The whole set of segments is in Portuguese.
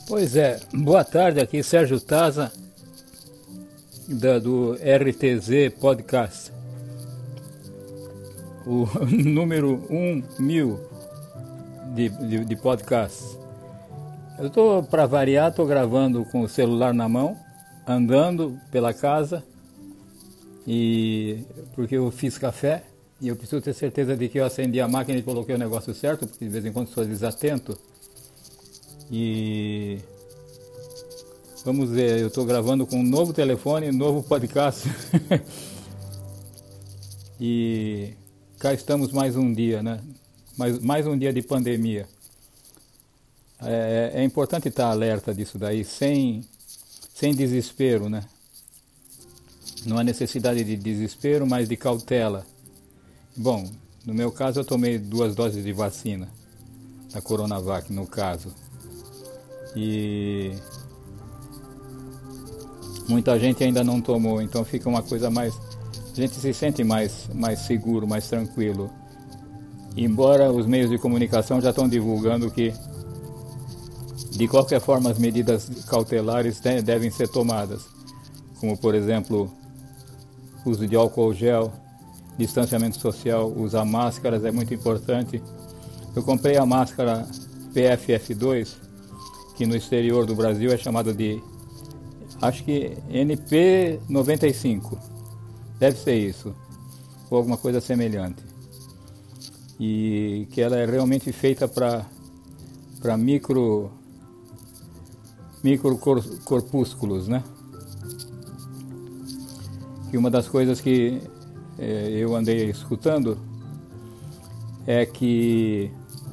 Pois é, boa tarde, aqui Sérgio Taza, do RTZ Podcast, o número 1000 de podcasts. Eu estou, para variar, gravando com o celular na mão, andando pela casa, porque eu fiz café e eu preciso ter certeza de que eu acendi a máquina e coloquei o negócio certo, porque de vez em quando sou desatento. E vamos ver, eu estou gravando com um novo telefone, um novo podcast. E cá estamos mais um dia, né? Mais um dia de pandemia. É importante estar alerta disso daí, sem desespero, né? Não há necessidade de desespero, mas de cautela. Bom, no meu caso eu tomei 2 doses de vacina, da Coronavac no caso. E muita gente ainda não tomou, então fica uma coisa mais... A gente se sente mais seguro, mais tranquilo. Embora os meios de comunicação já estão divulgando que, de qualquer forma, as medidas cautelares devem ser tomadas. Como, por exemplo, uso de álcool gel, distanciamento social, usar máscaras é muito importante. Eu comprei a máscara PFF2, que no exterior do Brasil é chamada de, acho que NP95, deve ser isso, ou alguma coisa semelhante, e que ela é realmente feita para microcorpúsculos, né? E uma das coisas que eu andei escutando é que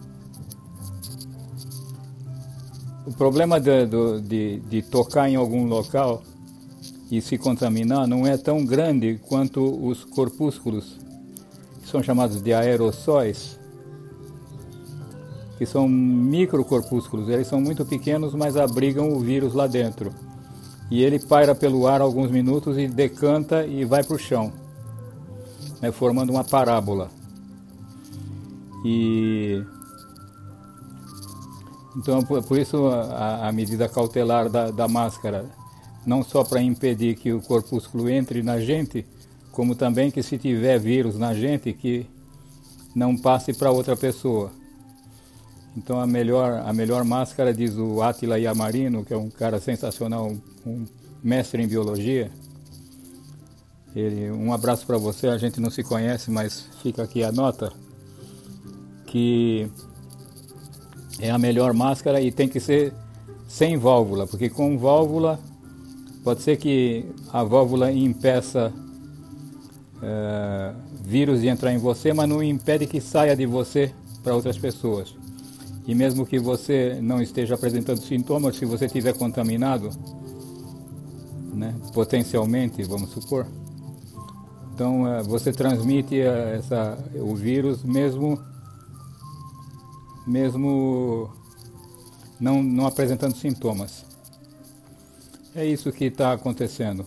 o problema de tocar em algum local e se contaminar não é tão grande quanto os corpúsculos, que são chamados de aerossóis, que são microcorpúsculos. Eles são muito pequenos, mas abrigam o vírus lá dentro. E ele paira pelo ar alguns minutos e decanta e vai para o chão, né, formando uma parábola. Então, por isso a medida cautelar da máscara, não só para impedir que o corpúsculo entre na gente, como também que se tiver vírus na gente, que não passe para outra pessoa. Então a melhor máscara, diz o Átila Yamarino, que é um cara sensacional, um mestre em biologia. Um abraço para você, a gente não se conhece, mas fica aqui a nota, que é a melhor máscara e tem que ser sem válvula, porque com válvula pode ser que a válvula impeça vírus de entrar em você, mas não impede que saia de você para outras pessoas. E mesmo que você não esteja apresentando sintomas, se você estiver contaminado, né, potencialmente, vamos supor, então você transmite o vírus mesmo não apresentando sintomas. É isso que está acontecendo.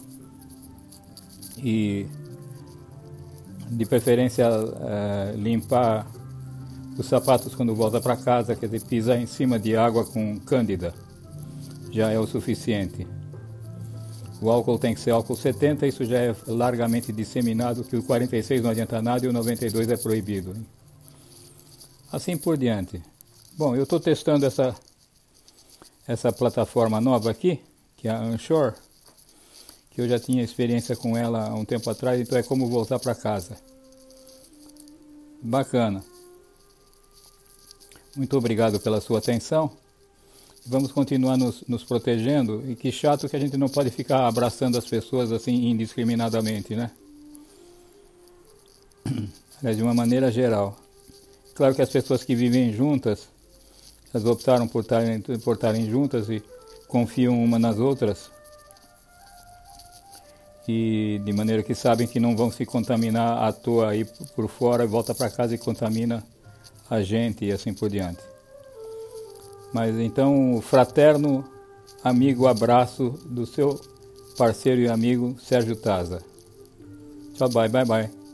E de preferência limpar os sapatos quando volta para casa, quer dizer, pisar em cima de água com cândida, já é o suficiente. O álcool tem que ser álcool 70, isso já é largamente disseminado, que o 46 não adianta nada e o 92 é proibido. Assim por diante. Bom, eu estou testando essa plataforma nova aqui, que é a Anchor, que eu já tinha experiência com ela há um tempo atrás, então é como voltar para casa. Bacana. Muito obrigado pela sua atenção. Vamos continuar nos protegendo, e que chato que a gente não pode ficar abraçando as pessoas assim indiscriminadamente, né? De uma maneira geral. Claro que as pessoas que vivem juntas, elas optaram por estarem juntas e confiam uma nas outras, e de maneira que sabem que não vão se contaminar à toa aí por fora, volta para casa e contamina a gente e assim por diante. Mas então, fraterno amigo abraço do seu parceiro e amigo Sérgio Taza. Tchau, bye.